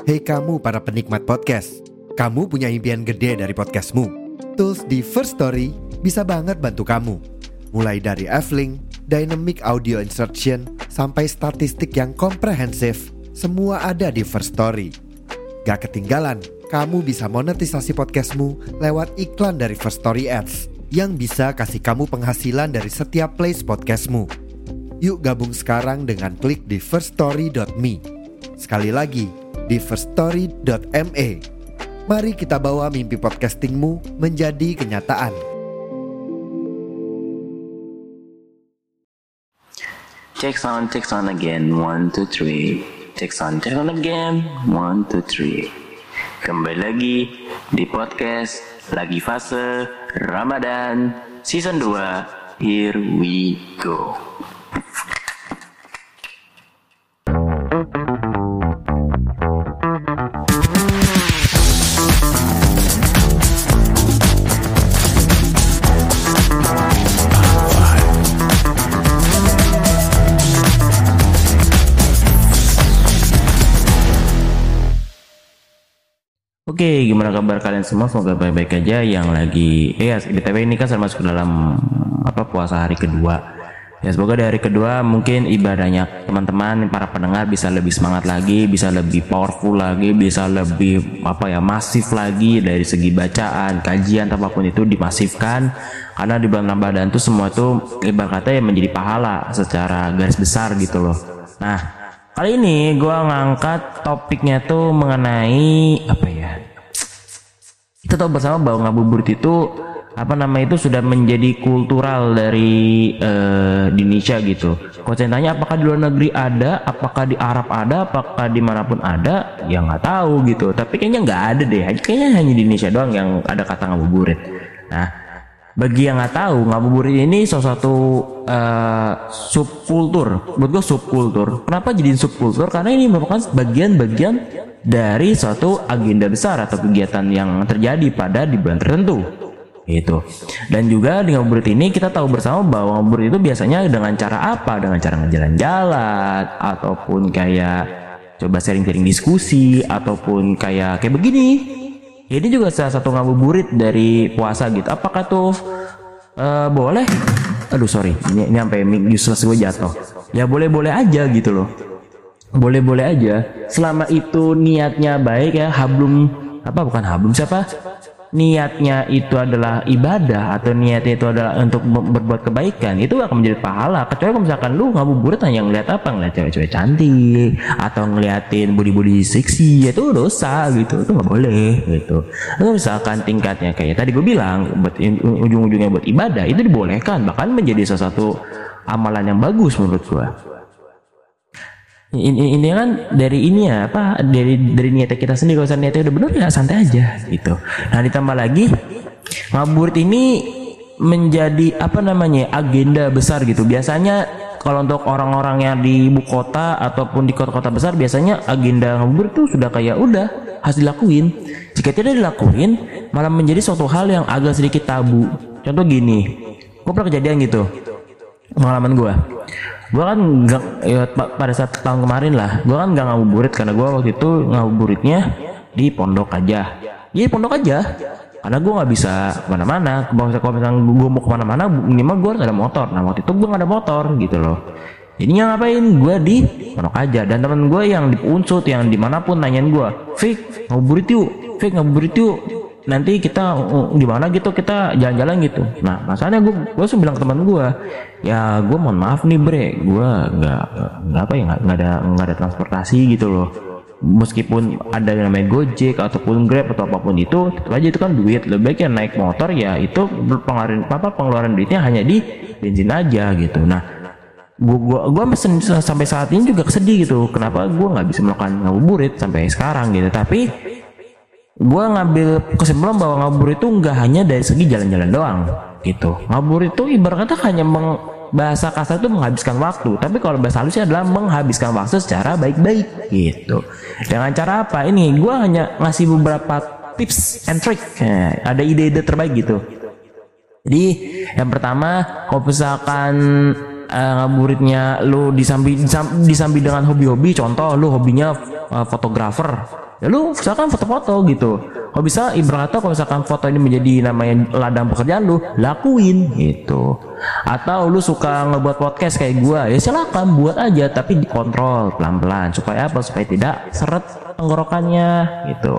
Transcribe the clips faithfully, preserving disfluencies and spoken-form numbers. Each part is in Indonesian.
Hei kamu para penikmat podcast, kamu punya impian gede dari podcastmu. Tools di First Story bisa banget bantu kamu. Mulai dari F-Link, Dynamic Audio Insertion, sampai statistik yang komprehensif, semua ada di First Story. Gak ketinggalan, kamu bisa monetisasi podcastmu lewat iklan dari First Story Ads yang bisa kasih kamu penghasilan dari setiap plays podcastmu. Yuk gabung sekarang dengan klik di first story dot me. Sekali lagi, di first story dot me. Mari kita bawa mimpi podcastingmu menjadi kenyataan. Check sound, check sound again, one, two, three. Check sound, check sound again, one, two, three. Kembali lagi di podcast Lagi Fase Ramadan Season dua. Here we go. Oke, gimana kabar kalian semua? Semoga baik-baik aja. Yang lagi, eh ya, B T W ini kan saya masuk dalam apa puasa hari kedua. Ya semoga di hari kedua mungkin ibadahnya teman-teman para pendengar bisa lebih semangat lagi, bisa lebih powerful lagi, bisa lebih apa ya masif lagi dari segi bacaan, kajian apapun itu dimasifkan. Karena di bulan Ramadan tuh semua tuh ibarat kata ya menjadi pahala secara garis besar gitu loh. Nah, kali ini gue ngangkat topiknya tuh mengenai apa ya? Kita tahu bersama bahwa ngabuburit itu apa nama itu sudah menjadi kultural dari uh, di Indonesia gitu. Kalau saya tanya apakah di luar negeri ada, apakah di Arab ada, apakah dimanapun ada, ya nggak tahu gitu. Tapi kayaknya nggak ada deh. Kayaknya hanya di Indonesia doang yang ada kata ngabuburit. Nah, bagi yang nggak tahu, ngabuburit ini salah satu uh, subkultur. Menurut gue subkultur. Kenapa jadi subkultur? Karena ini merupakan bagian-bagian dari suatu agenda besar atau kegiatan yang terjadi pada di bulan tertentu. Itu. Dan juga di ngabuburit ini kita tahu bersama bahwa ngabuburit itu biasanya dengan cara apa? Dengan cara ngejalan-jalan ataupun kayak coba sharing-sharing diskusi ataupun kayak kayak begini. Ini juga salah satu ngabuburit dari puasa gitu. Apakah tuh uh, boleh? Aduh sorry, ini, ini sampai useless gue jatuh. Ya boleh-boleh aja gitu loh. Boleh-boleh aja. Selama itu niatnya baik ya, hablum apa bukan hablum siapa? Niatnya itu adalah ibadah atau niatnya itu adalah untuk berbuat kebaikan, itu akan menjadi pahala. Kecuali kalau misalkan lu ngabuburit hanya ngeliat apa, ngeliat cewek-cewek cantik atau ngeliatin body-body seksi, itu dosa gitu, itu nggak boleh gitu. Atau misalkan tingkatnya kayak tadi gue bilang, buat ujung-ujungnya buat ibadah, itu dibolehkan, bahkan menjadi salah satu amalan yang bagus menurut gue. Ini, ini kan dari ini ya apa dari dari niatnya kita sendiri. Kalau niatnya udah benar ya santai aja gitu. Nah ditambah lagi ngabuburit ini menjadi apa namanya agenda besar gitu. Biasanya kalau untuk orang-orang yang di ibu kota ataupun di kota-kota besar biasanya agenda ngabuburit itu sudah kayak udah harus dilakuin. Jika tidak dilakuin malah menjadi suatu hal yang agak sedikit tabu. Contoh gini, gue pernah kejadian gitu pengalaman gue. Gue kan nggak ya, pada saat tahun kemarin lah, gue kan nggak ngabuburit karena gue waktu itu ngabuburitnya di pondok aja. Iya pondok aja, karena gue nggak bisa kemana-mana. Kalau misalnya gue mau kemana-mana, minimal gue harus ada motor. Nah waktu itu gue nggak ada motor gitu loh. Jadinya ngapain? Gue di pondok aja. Dan teman gue yang di Unsut, yang dimanapun nanyain gue, Fik ngabuburit yuk, Fik ngabuburit yuk. Nanti kita di mana gitu kita jalan-jalan gitu. Nah masalahnya gue gue langsung bilang ke teman gue, ya gue mohon maaf nih bre, gue nggak nggak apa ya nggak ada nggak ada transportasi gitu loh. Meskipun ada yang namanya Gojek ataupun Grab atau apapun itu, tetap aja itu kan duit. Lebih baik ya naik motor ya itu pengeluaran apa pengeluaran duitnya hanya di bensin aja gitu. Nah gue gue gue sampai saat ini juga sedih gitu. Kenapa gue nggak bisa melakukan ngabuburit sampai sekarang gitu. Tapi gue ngambil kesimpulan bahwa ngabuburit itu nggak hanya dari segi jalan-jalan doang gitu. Ngabuburit itu ibarat kata hanya meng, bahasa kasar itu menghabiskan waktu, tapi kalau bahasa halusnya adalah menghabiskan waktu secara baik-baik gitu. Dengan cara apa? Ini gue hanya ngasih beberapa tips and trick. Nah, ada ide-ide terbaik gitu. Jadi yang pertama, kalau misalkan uh, ngabuburitnya lu disambi, disambi disambi dengan hobi-hobi, contoh lu hobinya uh, fotografer ya lu misalkan foto-foto gitu. Kalau bisa ibarat kata kalau misalkan foto ini menjadi namanya ladang pekerjaan lu, lakuin gitu. Atau lu suka ngebuat podcast kayak gua, ya silakan buat aja tapi dikontrol pelan-pelan supaya apa? Supaya tidak seret tenggorokannya gitu.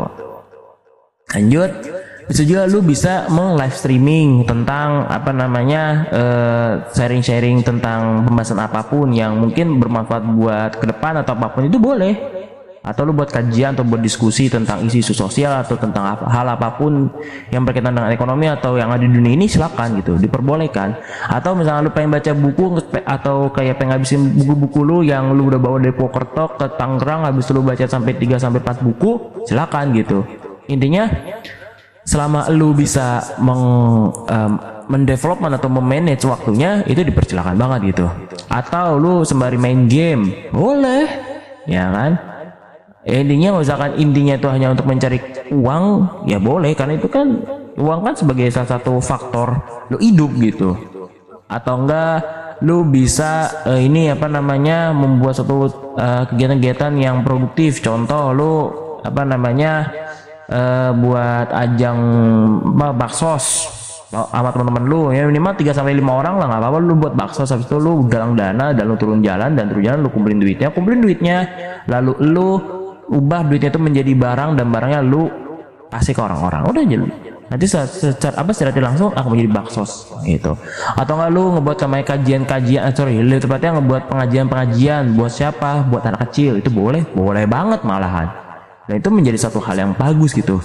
Lanjut, bisa juga lu bisa meng-live streaming tentang apa namanya uh, sharing-sharing tentang pembahasan apapun yang mungkin bermanfaat buat ke depan atau apapun itu boleh. Atau lu buat kajian atau buat diskusi tentang isu-isu sosial atau tentang apa, hal apapun yang berkaitan dengan ekonomi atau yang ada di dunia ini, silakan gitu, diperbolehkan. Atau misalnya lu pengen baca buku atau kayak pengen ngabisin buku-buku lu yang lu udah bawa dari Purwokerto ke Tangerang, habis lu baca sampai tiga sampai empat buku, silakan gitu. Intinya selama lu bisa meng um, mendevelopment atau memanage waktunya, itu dipersilakan banget gitu. Atau lu sembari main game, boleh, ya kan? Intinya misalkan intinya itu hanya untuk mencari uang, ya boleh, karena itu kan uang kan sebagai salah satu faktor lu hidup gitu. Atau enggak lu bisa uh, ini apa namanya membuat suatu uh, kegiatan-kegiatan yang produktif. Contoh lu apa namanya uh, buat ajang apa, baksos sama teman-teman lu, ya minimal tiga sampai lima orang lah, nggak apa-apa lu buat baksos. Habis itu lu galang dana dan lu turun jalan, dan turun jalan lu kumpulin duitnya, kumpulin duitnya lalu lu ubah duitnya itu menjadi barang, dan barangnya lu kasih ke orang-orang. Udah aja lu. Nanti secara apa secara tidak langsung akan menjadi baksos gitu. Atau enggak lu ngebuat namanya kajian-kajian, eh, sorry, lebih tepatnya ngebuat pengajian-pengajian buat siapa? Buat anak kecil. Itu boleh, boleh banget malahan. Dan itu menjadi satu hal yang bagus gitu.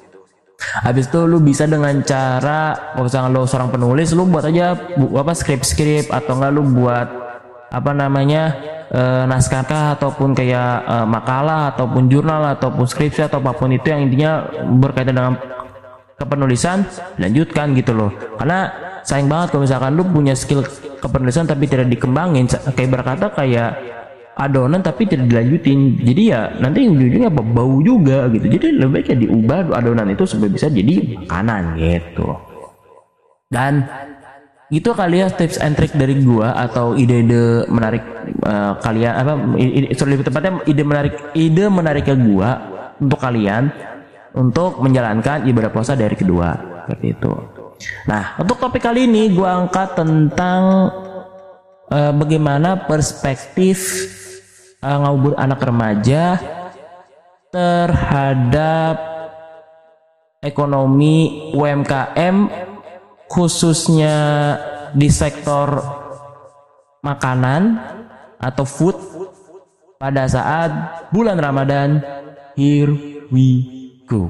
Habis itu lu bisa dengan cara, kalau misalnya lu seorang penulis, lu buat aja bu, apa skrip-skrip, atau enggak lu buat apa namanya e, naskah ataupun kayak e, makalah ataupun jurnal ataupun skripsi atau apapun itu yang intinya berkaitan dengan kepenulisan, lanjutkan gitu loh. Karena sayang banget kalau misalkan lu punya skill kepenulisan tapi tidak dikembangin, kayak berkata kayak adonan tapi tidak dilanjutin, jadi ya nanti ujung-ujungnya bau juga gitu. Jadi lebih baiknya diubah adonan itu supaya bisa jadi makanan gitu. Dan itu kali ya tips and trick dari gua atau ide-ide menarik uh, kalian apa ide, sorry, lebih tepatnya ide menarik ide menariknya gua untuk kalian untuk menjalankan ibadah puasa dari kedua seperti itu. Nah, untuk topik kali ini gua angkat tentang uh, bagaimana perspektif uh, ngabuburit anak remaja terhadap ekonomi U M K M, khususnya di sektor makanan atau food pada saat bulan Ramadan. Here we go.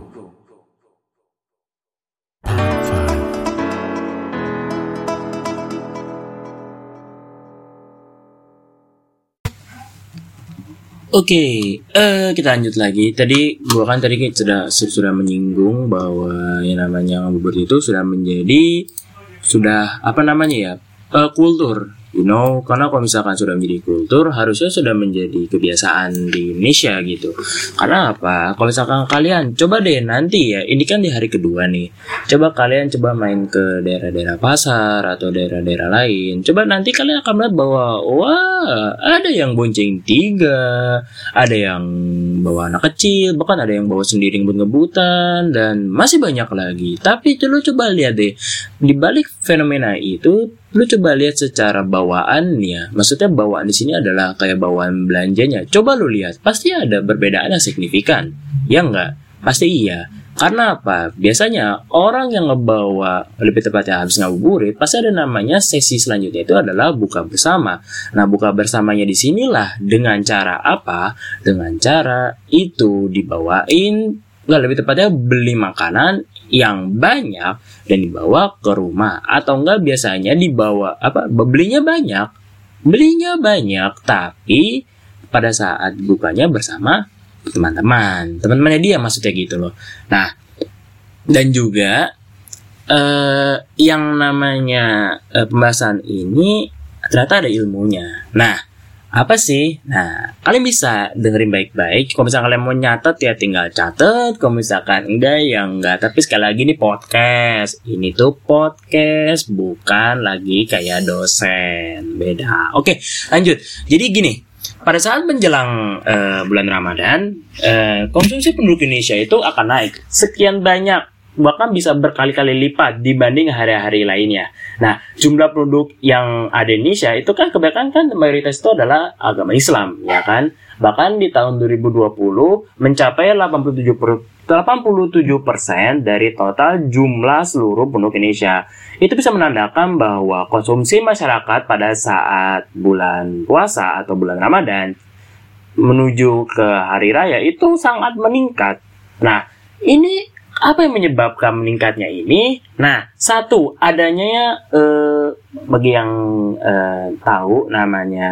Oke, okay, uh, kita lanjut lagi. Tadi gua kan tadi sudah sudah menyinggung bahwa yang namanya ngabuburit itu sudah menjadi sudah apa namanya ya uh, kultur, you know, karena kalau misalkan sudah menjadi kultur harusnya sudah menjadi kebiasaan di Indonesia gitu. Karena apa? Kalau misalkan kalian coba deh nanti ya, ini kan di hari kedua nih, coba kalian coba main ke daerah-daerah pasar atau daerah-daerah lain, coba nanti kalian akan melihat bahwa wah ada yang bonceng tiga, ada yang bawa anak kecil, bahkan ada yang bawa sendiri ngebut-ngebutan, dan masih banyak lagi. Tapi lu coba lihat deh, di balik fenomena itu, lu coba lihat secara bawaannya. Maksudnya bawaan di sini adalah kayak bawaan belanjanya. Coba lu lihat, pasti ada perbedaan yang signifikan. Ya enggak? Pasti iya. Karena apa? Biasanya orang yang ngebawa, lebih tepatnya habis ngabuburit, pasti ada namanya sesi selanjutnya itu adalah buka bersama. Nah, buka bersamanya di sinilah dengan cara apa? Dengan cara itu dibawain, nggak, lebih tepatnya beli makanan yang banyak dan dibawa ke rumah, atau enggak biasanya dibawa apa? Belinya banyak, belinya banyak, tapi pada saat bukanya bersama teman-teman, teman-temannya dia maksudnya gitu loh. Nah, dan juga eh, yang namanya eh, pembahasan ini ternyata ada ilmunya. Nah, apa sih? Nah, kalian bisa dengerin baik-baik. Kalau misalkan kalian mau nyatet ya tinggal catet. Kalau misalkan enggak ya enggak. Tapi sekali lagi ini podcast. Ini tuh podcast, bukan lagi kayak dosen. Beda. Oke, lanjut. Jadi gini. pada saat menjelang uh, bulan Ramadan, uh, konsumsi penduduk Indonesia itu akan naik sekian banyak, bahkan bisa berkali-kali lipat dibanding hari-hari lainnya. Nah, jumlah penduduk yang ada di Indonesia itu kan kebanyakan kan mayoritas itu adalah agama Islam, ya kan? Bahkan di tahun dua ribu dua puluh mencapai delapan puluh tujuh persen dari total jumlah seluruh penduduk Indonesia. Itu bisa menandakan bahwa konsumsi masyarakat pada saat bulan puasa atau bulan Ramadan menuju ke hari raya itu sangat meningkat. Nah, ini apa yang menyebabkan meningkatnya ini? Nah, satu, adanya eh, bagi yang eh, tahu namanya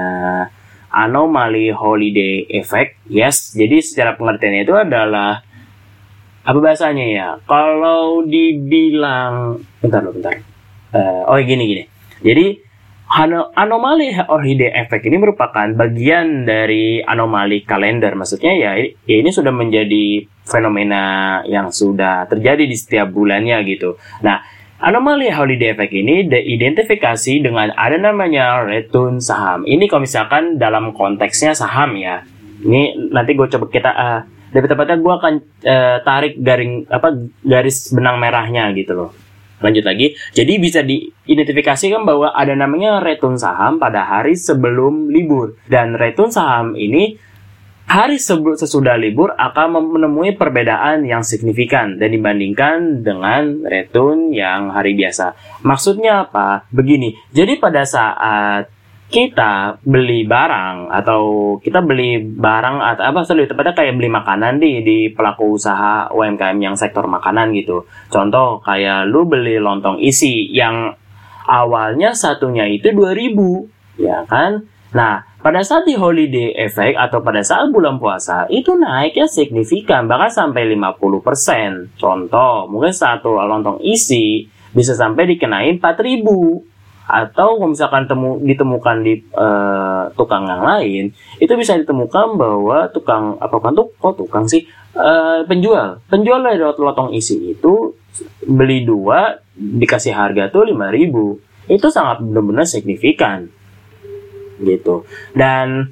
anomaly holiday effect. Yes, jadi secara pengertiannya itu adalah apa bahasanya ya? Kalau dibilang bentar loh, bentar. Uh, oh gini gini. Jadi ano- anomali holiday effect ini merupakan bagian dari anomali kalender. Maksudnya ya, ya ini sudah menjadi fenomena yang sudah terjadi di setiap bulannya gitu. Nah, anomali holiday effect ini diidentifikasi dengan ada namanya return saham. Ini kalau misalkan dalam konteksnya saham ya. Ini nanti gue coba kita uh, lebih tepatnya gue akan uh, tarik garing apa garis benang merahnya gitu loh. Lanjut lagi, jadi bisa diidentifikasikan bahwa ada namanya return saham pada hari sebelum libur. Dan return saham ini hari sebelum sesudah libur akan menemui perbedaan yang signifikan dan dibandingkan dengan return yang hari biasa. Maksudnya apa? Begini, jadi pada saat kita beli barang atau kita beli barang atau apa sorry, tepatnya kayak beli makanan di di pelaku usaha U M K M yang sektor makanan gitu. Contoh kayak lu beli lontong isi yang awalnya satunya itu dua ribu, ya kan? Nah, pada saat di holiday effect atau pada saat bulan puasa itu naiknya signifikan bahkan sampai lima puluh persen. Contoh, mungkin satu lontong isi bisa sampai dikenain empat ribu. Atau kalau misalkan temu, ditemukan di uh, tukang yang lain, itu bisa ditemukan bahwa tukang apa kan tuh kok tukang sih uh, penjual penjual dari lontong isi itu beli dua dikasih harga tuh lima ribu. Itu sangat benar-benar signifikan gitu. Dan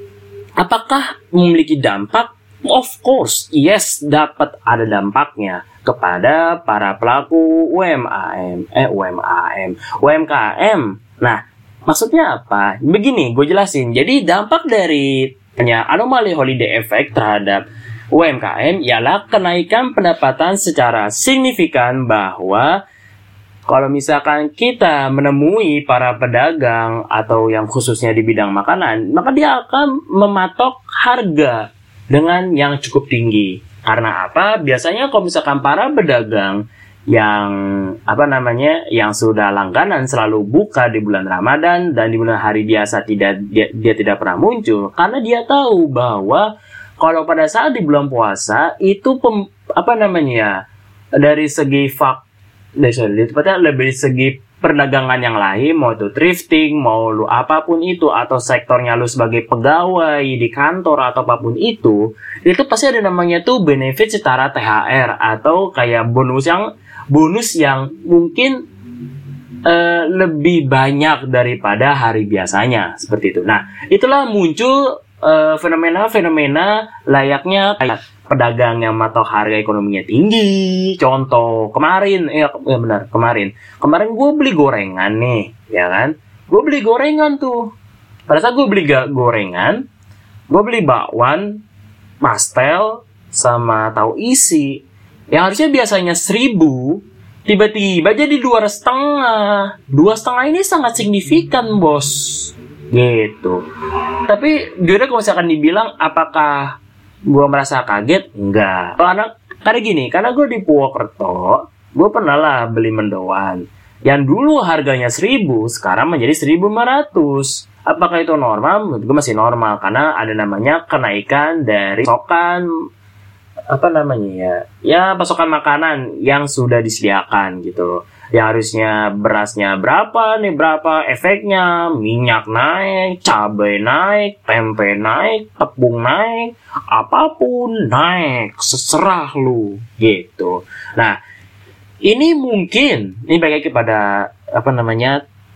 apakah memiliki dampak? Of course, yes, dapat ada dampaknya kepada para pelaku U M A M, eh U M A M, U M K M. Nah, maksudnya apa? Begini, gue jelasin. Jadi dampak dari anomali holiday effect terhadap U M K M ialah kenaikan pendapatan secara signifikan bahwa kalau misalkan kita menemui para pedagang atau yang khususnya di bidang makanan, maka dia akan mematok harga dengan yang cukup tinggi. Karena apa? Biasanya kalau misalkan para pedagang yang apa namanya yang sudah langganan selalu buka di bulan Ramadan dan di bulan hari biasa tidak dia, dia tidak pernah muncul karena dia tahu bahwa kalau pada saat di bulan puasa itu pem, apa namanya ya dari segi fak dari sorry, lebih segi perdagangan yang lain, mau itu thrifting, mau lu apapun itu, atau sektornya lu sebagai pegawai di kantor atau apapun itu, itu pasti ada namanya tuh benefit secara T H R atau kayak bonus yang bonus yang mungkin uh, lebih banyak daripada hari biasanya seperti itu. Nah, itulah muncul uh, fenomena-fenomena layaknya kayak pedagang yang matok harga ekonominya tinggi. Contoh kemarin, ya, ya benar kemarin, kemarin gue beli gorengan nih, ya kan? Gue beli gorengan tuh. Pada saat gue beli gorengan, gue beli bakwan, pastel, sama tahu isi. Yang harusnya biasanya seribu, tiba-tiba jadi dua setengah. Dua setengah ini sangat signifikan, bos. Gitu. Tapi gue kalau misalkan dibilang apakah gue merasa kaget? Enggak. Karena, karena gini, karena gue di Purwokerto, gue pernah lah beli mendoan. Yang dulu harganya seribu, sekarang menjadi seribu lima ratus. Apakah itu normal? Menurut gue masih normal. Karena ada namanya kenaikan dari pasokan, apa namanya ya, ya pasokan makanan yang sudah disediakan gitu loh. Yang harusnya berasnya berapa nih, berapa efeknya, minyak naik, cabai naik, tempe naik, tepung naik, apapun naik, seserah lu gitu. Nah, ini mungkin ini balik kepada apa namanya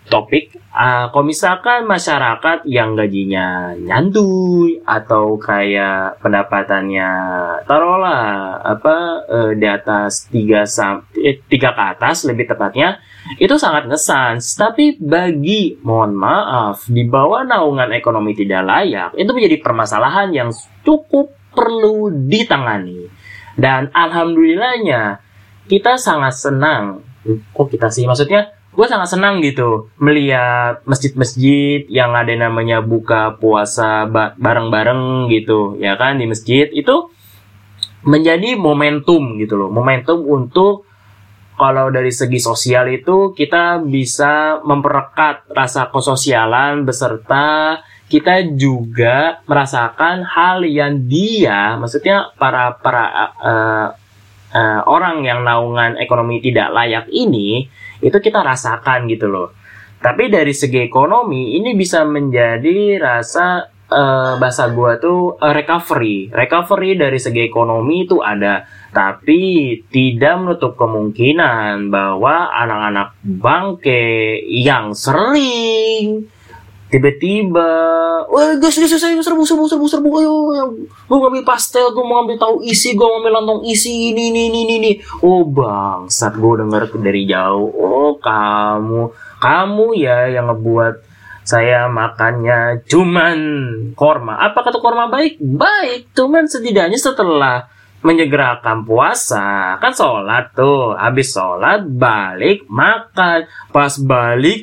topik, uh, kalau misalkan masyarakat yang gajinya nyantuy atau kayak pendapatannya taruhlah apa uh, di atas tiga sampai tiga ke atas lebih tepatnya, itu sangat ngesan. Tapi bagi, mohon maaf, di bawah naungan ekonomi tidak layak, itu menjadi permasalahan yang cukup perlu ditangani. Dan alhamdulillahnya kita sangat senang. Kok kita sih? Maksudnya gue sangat senang gitu melihat masjid-masjid yang ada namanya buka puasa bareng-bareng gitu, ya kan, di masjid itu menjadi momentum gitu loh, momentum untuk kalau dari segi sosial itu kita bisa memperekat rasa kesosialan beserta kita juga merasakan hal yang dia, maksudnya para para uh, uh, orang yang naungan ekonomi tidak layak ini, itu kita rasakan gitu loh. Tapi dari segi ekonomi ini bisa menjadi rasa uh, bahasa gua tuh uh, recovery. Recovery dari segi ekonomi itu ada, tapi tidak menutup kemungkinan bahwa anak-anak bangke yang sering tiba-tiba, wah guys guys saya serbu serbu serbu serbu, ayo, gue ngambil pastel, gue mau ngambil tahu isi, gue mau ngambil lontong isi, ini ini ini ini, oh bangsat, gue dengar dari jauh, oh kamu, kamu ya yang ngebuat saya makannya cuman korma. Apa kata korma baik? Baik, cuman setidaknya setelah menyegerakan puasa kan sholat tuh, habis sholat balik makan, pas balik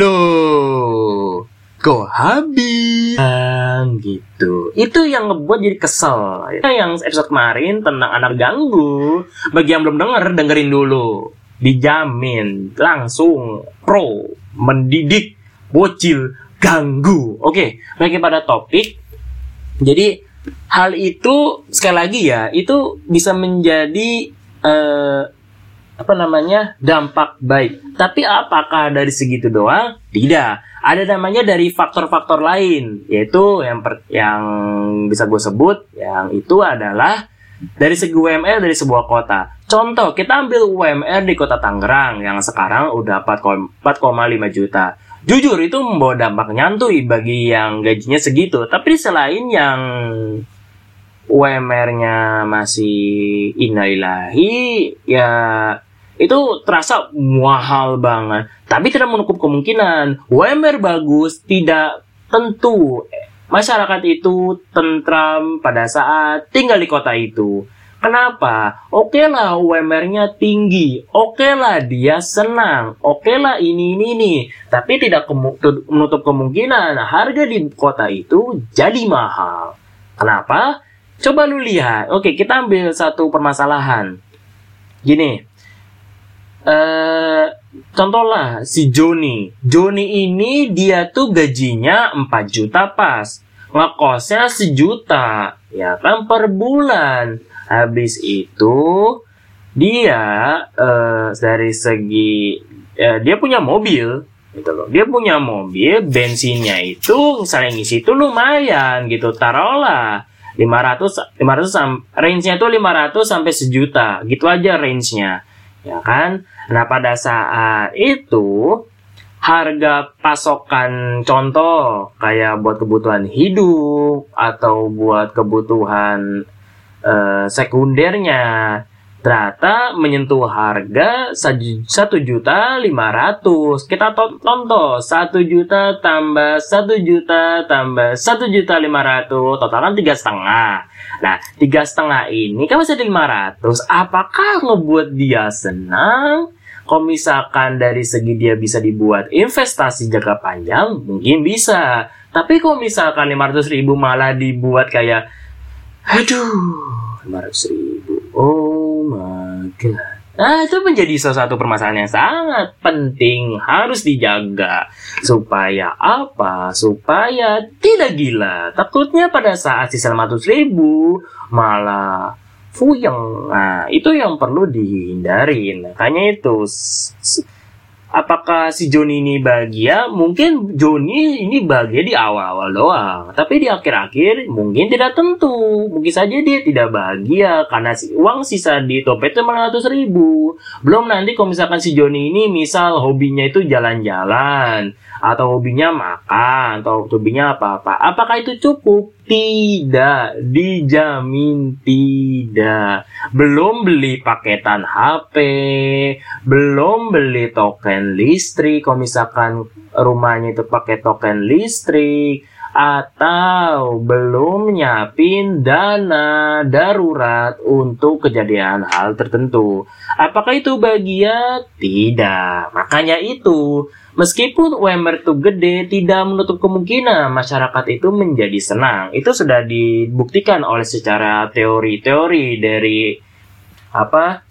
loh kok habis gitu. Itu yang ngebuat jadi kesel. Yang episode kemarin tentang anak ganggu, bagi yang belum denger, dengerin dulu. Dijamin langsung pro mendidik bocil ganggu. Oke, lagi pada topik. Jadi hal itu sekali lagi ya, itu bisa menjadi eh, apa namanya dampak baik. Tapi apakah dari segitu doang? Tidak. Ada namanya dari faktor-faktor lain, yaitu yang per, yang bisa gue sebut, yang itu adalah dari segi U M R dari sebuah kota. Contoh, kita ambil U M R di kota Tangerang yang sekarang udah empat koma lima juta. Jujur itu membawa dampak nyantui bagi yang gajinya segitu. Tapi selain yang U M R-nya masih innalillahi, ya itu terasa mahal banget. Tapi tidak menutup kemungkinan U M R bagus, tidak tentu masyarakat itu tentram pada saat tinggal di kota itu. Kenapa? Oke lah U M R-nya tinggi, oke lah dia senang, oke lah ini ini ini. Tapi tidak kemu- menutup kemungkinan harga di kota itu jadi mahal. Kenapa? Coba lu lihat. Oke, kita ambil satu permasalahan. Gini. Uh, contohlah si Joni. Joni ini dia tuh gajinya empat juta pas. Ngekosnya sejuta, ya kan, per bulan. Habis itu dia uh, dari segi uh, dia punya mobil gitu loh. Dia punya mobil, bensinnya itu misalnya ngisi itu lumayan gitu. Taruhlah lima ratus lima ratus range-nya tuh lima ratus sampai sejuta. Gitu aja range-nya. Ya kan? Nah, pada saat itu harga pasokan contoh kayak buat kebutuhan hidup atau buat kebutuhan uh, sekundernya ternyata menyentuh harga satu juta lima ratus. Kita contoh satu juta tambah satu juta tambah satu juta lima ratus, total kan tiga setengah. Nah, tiga setengah ini kan masih ada lima ratus. Apakah ngebuat dia senang? Kalau misalkan dari segi dia bisa dibuat investasi jangka panjang, mungkin bisa. Tapi kalau misalkan lima ratus ribu malah dibuat kayak, aduh, lima ratus ribu, oh my god. Nah, itu menjadi salah satu permasalahan yang sangat penting, harus dijaga. Supaya apa? Supaya tidak gila. Takutnya pada saat sisa lima ratus ribu, malah fuyeng. Nah, itu yang perlu dihindarin. Makanya itu, Apakah si Joni ini bahagia? Mungkin Joni ini bahagia di awal-awal doang. Tapi di akhir-akhir mungkin tidak tentu. Mungkin saja dia tidak bahagia karena si uang sisa di dompetnya lima ratus ribu. Belum nanti kalau misalkan si Joni ini misal hobinya itu jalan-jalan. Atau hobinya makan. Atau hobinya apa-apa. Apakah itu cukup? Tidak. Dijamin tidak. Belum beli paketan H P. Belum beli token listrik. Kalau misalkan rumahnya itu pakai token listrik. Atau belum nyiapin dana darurat untuk kejadian hal tertentu. Apakah itu bahagia? Tidak. Makanya itu, meskipun U M R itu gede, tidak menutup kemungkinan masyarakat itu menjadi senang. Itu sudah dibuktikan oleh secara teori-teori dari apa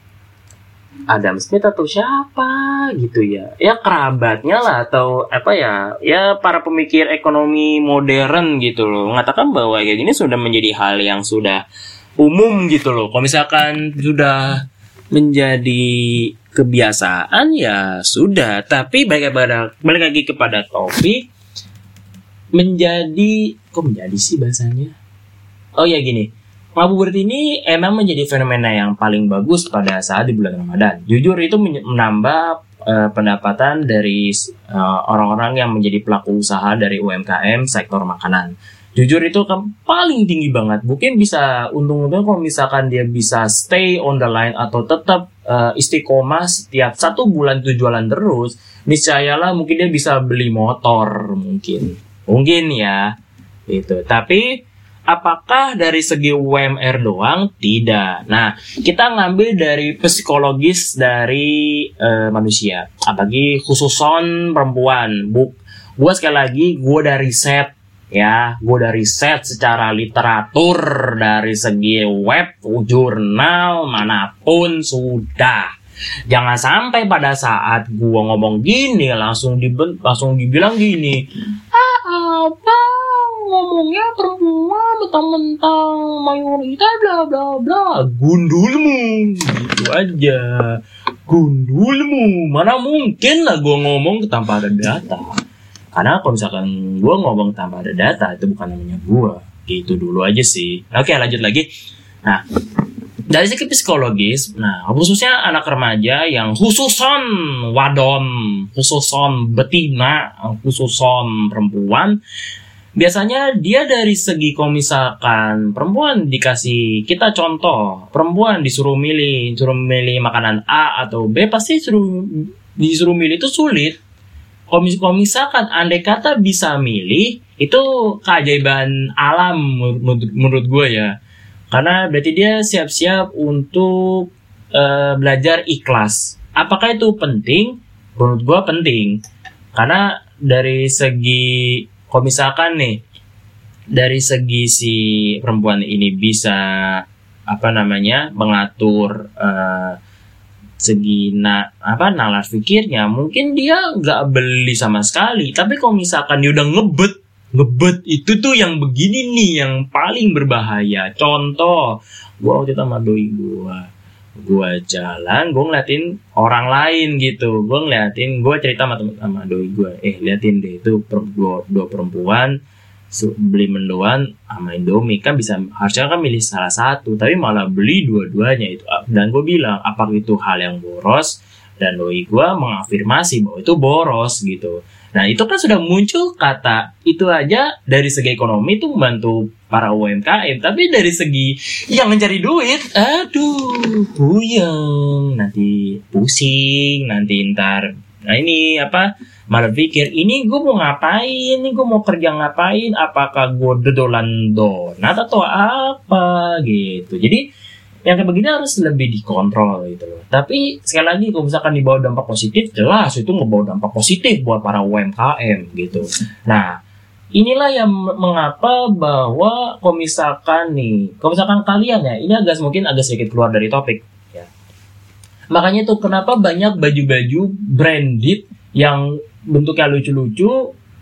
Adam Smith atau siapa gitu ya, ya kerabatnya lah atau apa ya, ya para pemikir ekonomi modern gitu loh, mengatakan bahwa kayak gini sudah menjadi hal yang sudah umum gitu loh. Kalau misalkan sudah menjadi kebiasaan ya sudah, tapi balik kepada balik lagi kepada topik menjadi kok menjadi sih bahasanya. Oh ya gini. Ngabuburit ini emang menjadi fenomena yang paling bagus pada saat di bulan Ramadan. Jujur itu menambah uh, pendapatan dari uh, orang-orang yang menjadi pelaku usaha dari U M K M sektor makanan. Jujur itu kan paling tinggi banget. Mungkin bisa untung-untung kalau misalkan dia bisa stay on the line atau tetap uh, istiqomah setiap satu bulan itu jualan terus. Niscayalah mungkin dia bisa beli motor mungkin. Mungkin ya. Itu. Tapi apakah dari segi U M R doang? Tidak. Nah, kita ngambil dari psikologis dari uh, manusia, apalagi khususon perempuan. Bu, gue sekali lagi, gue dari riset ya, gue dari riset secara literatur dari segi web, jurnal manapun sudah. Jangan sampai pada saat gue ngomong gini langsung diben, langsung dibilang gini, ah apa ngomongnya perempuan mentang-mentang mayoritas bla bla bla, gundulmu gitu aja, gundulmu. Mana mungkin lah gue ngomong tanpa ada data, karena kalau misalkan gue ngomong tanpa ada data itu bukan namanya gue. Gitu dulu aja sih. Oke, lanjut lagi. Nah, dari segi psikologis, nah khususnya anak remaja yang khususon wadon, khususon betina, khususon perempuan, biasanya dia dari segi kalau misalkan perempuan dikasih, kita contoh, perempuan disuruh milih, disuruh milih makanan A atau B, pasti disuruh, disuruh milih itu sulit. Kalau misalkan andai kata bisa milih, itu keajaiban alam menurut, menurut gue ya. Karena berarti dia siap-siap untuk uh, belajar ikhlas. Apakah itu penting? Menurut gue penting. Karena dari segi, kalau misalkan nih, dari segi si perempuan ini bisa, apa namanya, mengatur uh, segi na, apa, nalar pikirnya, mungkin dia nggak beli sama sekali. Tapi kalau misalkan dia udah ngebet, ngebet itu tuh yang begini nih yang paling berbahaya. Contoh, gua waktu itu sama doi gua, gua jalan, gua ngeliatin orang lain gitu, gua ngeliatin, gua cerita sama temen sama doi gua, eh liatin deh itu per, dua, dua perempuan beli mendoan sama Indomie, kan bisa harusnya kan milih salah satu, tapi malah beli dua-duanya itu. Dan gua bilang apakah itu hal yang boros, dan doi gua mengafirmasi bahwa itu boros gitu. Nah itu kan sudah muncul kata itu aja dari segi ekonomi itu membantu para U M K M, tapi dari segi yang mencari duit, aduh puyeng, nanti pusing, nanti ntar, nah ini apa, malah pikir ini gue mau ngapain, ini gue mau kerja ngapain, apakah gue dodolan donat atau apa gitu. Jadi yang kayak begini harus lebih dikontrol gitu loh. Tapi sekali lagi kalau misalkan dibawa dampak positif, jelas itu ngebawa dampak positif buat para U M K M gitu. Nah, inilah yang mengapa bahwa kalau misalkan nih, kalau misalkan kalian ya, ini agak mungkin agak sedikit keluar dari topik ya. Makanya tuh kenapa banyak baju-baju branded yang bentuknya lucu-lucu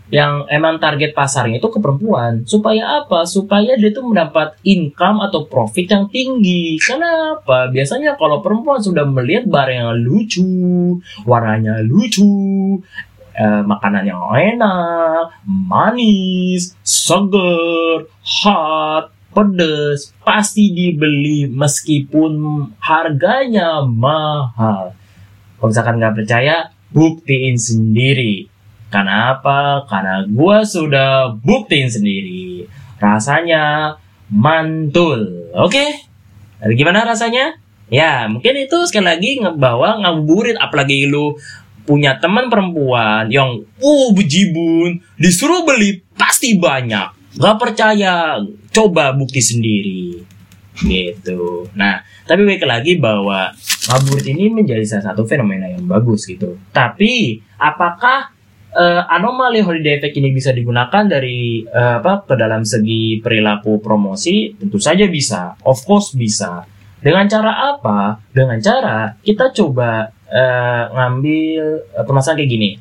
yang emang target pasarnya itu ke perempuan. Supaya apa? Supaya dia tuh mendapat income atau profit yang tinggi. Kenapa? Biasanya kalau perempuan sudah melihat barang yang lucu, warnanya lucu, eh, makanan yang enak, manis, seger, hot, pedas, pasti dibeli meskipun harganya mahal. Kalau misalkan nggak percaya, buktiin sendiri. Karena apa? Karena gue sudah buktiin sendiri. Rasanya mantul. Oke? Okay? Gimana rasanya? Ya, mungkin itu sekali lagi ngebawa ngabuburit. Apalagi lu punya teman perempuan yang uh bejibun, disuruh beli pasti banyak. Gak percaya, coba bukti sendiri. Gitu. Nah, tapi balik lagi bahwa ngabuburit ini menjadi salah satu fenomena yang bagus gitu. Tapi, apakah Uh, anomali holiday effect ini bisa digunakan dari uh, apa ke dalam segi perilaku promosi? Tentu saja bisa, of course bisa. Dengan cara apa? Dengan cara kita coba uh, ngambil uh, permasalahan kayak gini.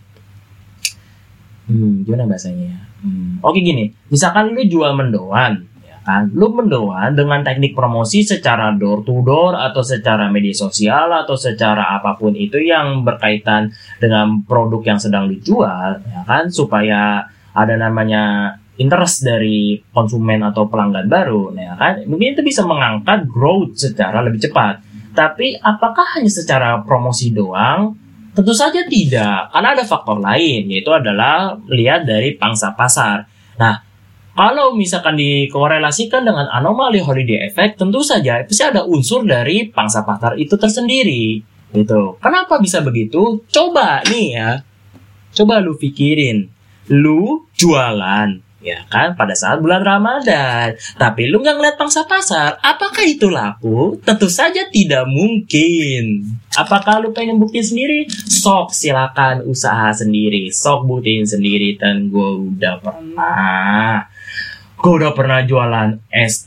Hmm, gimana bahasanya? Hmm, Oke gini, misalkan lu jual mendoan, ya kan? Lu mendoan dengan teknik promosi secara door to door atau secara media sosial atau secara apapun itu yang berkaitan dengan produk yang sedang dijual, ya kan, supaya ada namanya interest dari konsumen atau pelanggan baru, ya kan, mungkin itu bisa mengangkat growth secara lebih cepat. Tapi apakah hanya secara promosi doang? Tentu saja tidak, karena ada faktor lain, yaitu adalah lihat dari pangsa pasar. Nah, kalau misalkan dikorelasikan dengan anomali holiday effect, tentu saja pasti ada unsur dari pangsa pasar itu tersendiri. Gitu. Kenapa bisa begitu? Coba nih ya. Coba lu pikirin. Lu jualan, ya kan, pada saat bulan Ramadan. Tapi lu nggak ngeliat pangsa pasar. Apakah itu laku? Tentu saja tidak mungkin. Apakah lu pengen buktiin sendiri? Sok silakan usaha sendiri. Sok buktiin sendiri. Dan gue udah pernah. Gue udah pernah jualan es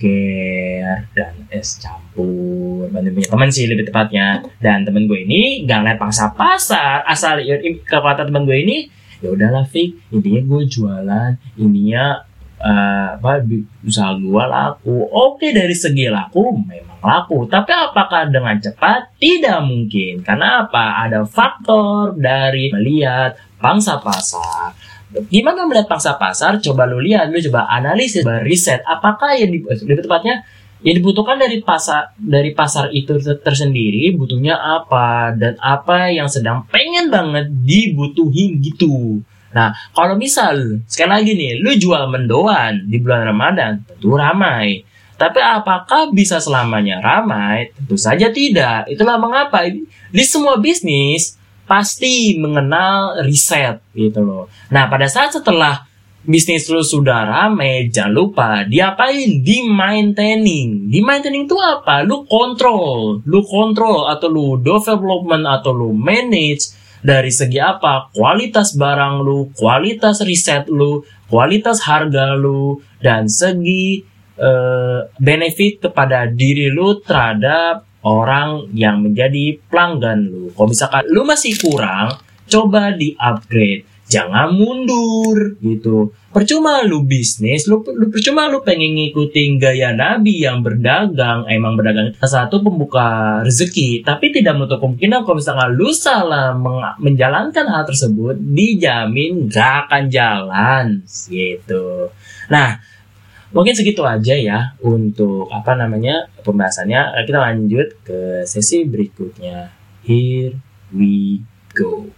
doger dan es campur. Bantu punya teman sih lebih tepatnya. Dan temen gue ini gak ngeliat pangsa pasar. Asal kekuatan temen gue ini, ya udahlah Fik, intinya gue jualan, intinya uh, apa usaha gue laku. Oke, dari segi laku memang laku. Tapi apakah dengan cepat? Tidak mungkin. Karena apa? Ada faktor dari melihat pangsa pasar. Gimana melihat pangsa pasar? Coba lu lihat, lu coba analisis, coba riset. Apakah yang lebih tepatnya yang dibutuhkan dari pasar dari pasar itu tersendiri butuhnya apa dan apa yang sedang pengen banget dibutuhin gitu. Nah, kalau misal sekali lagi nih, lu jual mendoan di bulan Ramadan, tentu ramai. Tapi apakah bisa selamanya ramai? Tentu saja tidak. Itulah mengapa di semua bisnis pasti mengenal riset gitu loh. Nah, pada saat setelah bisnis lu sudah rame, jangan lupa diapain? Di maintaining. Di maintaining itu apa? Lu kontrol, lu kontrol atau lu development atau lu manage dari segi apa? Kualitas barang lu, kualitas riset lu, kualitas harga lu, dan segi uh, benefit kepada diri lu terhadap orang yang menjadi pelanggan lu. Kalau misalkan lu masih kurang, coba di-upgrade. Jangan mundur gitu. Percuma lu bisnis, lu, lu percuma lu pengen ngikutin gaya Nabi yang berdagang, emang berdagang salah satu pembuka rezeki, tapi tidak menutup kemungkinan kalau misalkan lu salah meng- menjalankan hal tersebut, dijamin gak akan jalan gitu. Nah, mungkin segitu aja ya untuk apa namanya pembahasannya. Kita lanjut ke sesi berikutnya. Here we go.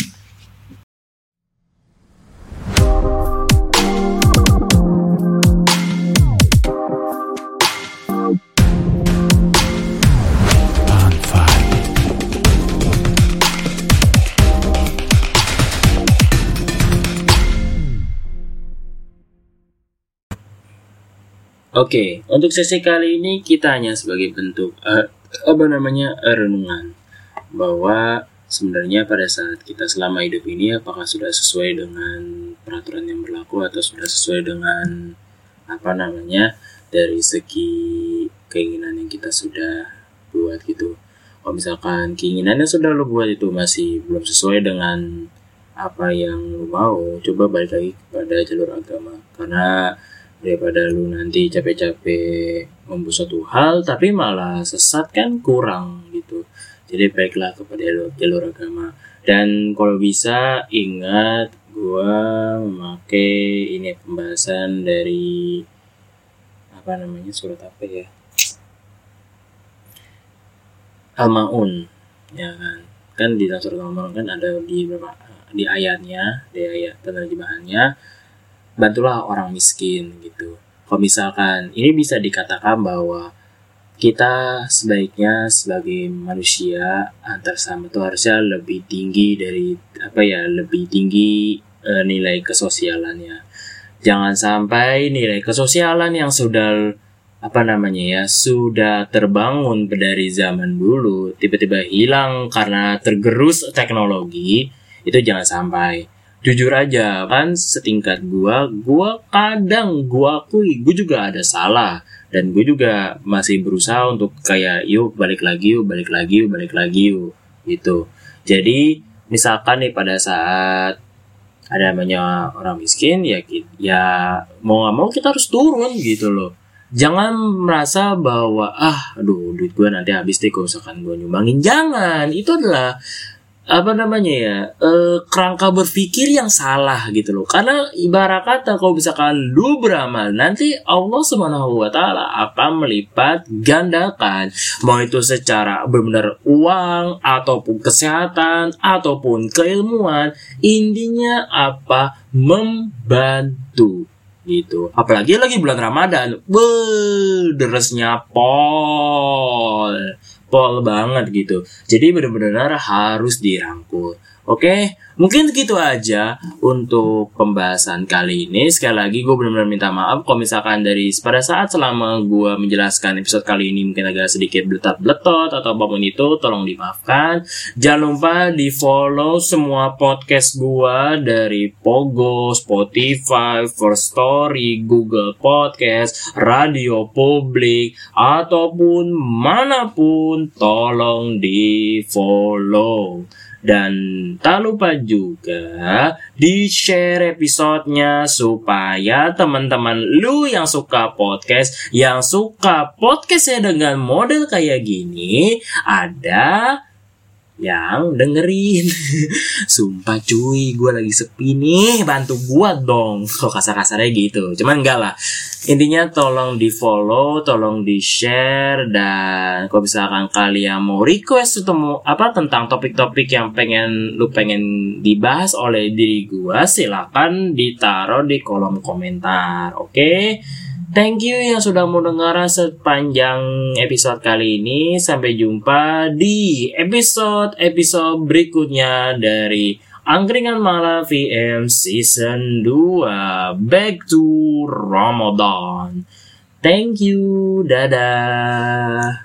Oke, okay, untuk sesi kali ini kita hanya sebagai bentuk uh, apa namanya uh, renungan bahwa sebenarnya pada saat kita selama hidup ini apakah sudah sesuai dengan peraturan yang berlaku atau sudah sesuai dengan apa namanya dari segi keinginan yang kita sudah buat gitu. Kalau misalkan keinginannya sudah lo buat itu masih belum sesuai dengan apa yang lu mau, coba balik lagi kepada jalur agama. Karena daripada lu nanti capek-capek membuat suatu hal tapi malah sesat kan kurang gitu. Jadi baiklah kepada jalur, jalur agama. Dan kalau bisa ingat gua memakai ini pembahasan dari apa namanya surat apa ya? Al-Maun, ya kan? Kan di dalam surat Al-Maun kan ada di beberapa di ayatnya, di ayat penerjemahannya, bantulah orang miskin gitu. Kalau misalkan ini bisa dikatakan bahwa kita sebaiknya sebagai manusia antar sama itu harusnya lebih tinggi dari apa ya, lebih tinggi e, nilai kesosialannya. Jangan sampai nilai kesosialan yang sudah apa namanya ya sudah terbangun dari zaman dulu tiba-tiba hilang karena tergerus teknologi. Itu jangan sampai. Jujur aja kan setingkat gua, gua kadang gua akui gua juga ada salah dan gua juga masih berusaha untuk kayak yuk balik lagi yuk balik lagi yuk balik lagi yuk gitu. Jadi misalkan nih pada saat ada namanya orang miskin ya ya mau nggak mau kita harus turun gitu loh. Jangan merasa bahwa ah aduh duit gua nanti habis deh kalau misalkan gua nyumbangin. Jangan, itu adalah apa namanya ya e, kerangka berpikir yang salah gitu loh. Karena ibarat kata kalau misalkan lu beramal nanti Allah Subhanahu wa taala akan melipat gandakan, mau itu secara benar uang ataupun kesehatan ataupun keilmuan, intinya apa, membantu gitu. Apalagi lagi bulan Ramadan, beuh deresnya pol pol banget gitu. Jadi benar-benar harus dirangkul. Oke, mungkin gitu aja untuk pembahasan kali ini. Sekali lagi gue benar-benar minta maaf kalau misalkan dari pada saat selama gue menjelaskan episode kali ini mungkin agak sedikit beletot-beletot atau apapun itu, tolong dimaafkan. Jangan lupa di follow semua podcast gue dari Pogo, Spotify, First Story, Google Podcast, Radio Publik, ataupun manapun, tolong di follow. Dan tak lupa juga di-share episodenya supaya teman-teman lu yang suka podcast, yang suka podcastnya dengan model kayak gini, ada yang dengerin. Sumpah cuy, gue lagi sepi nih, bantu gue dong. Kok kasar-kasarnya gitu, cuman enggak lah. Intinya tolong di follow, tolong di share. Dan kalau misalkan kalian mau request atau mau apa tentang topik-topik yang pengen lu pengen dibahas oleh diri gue, silakan ditaruh di kolom komentar. Oke okay? Thank you yang sudah mendengar sepanjang episode kali ini. Sampai jumpa di episode-episode berikutnya dari Angkringan Malam V M Season dua, Back to Ramadan. Thank you, dadah.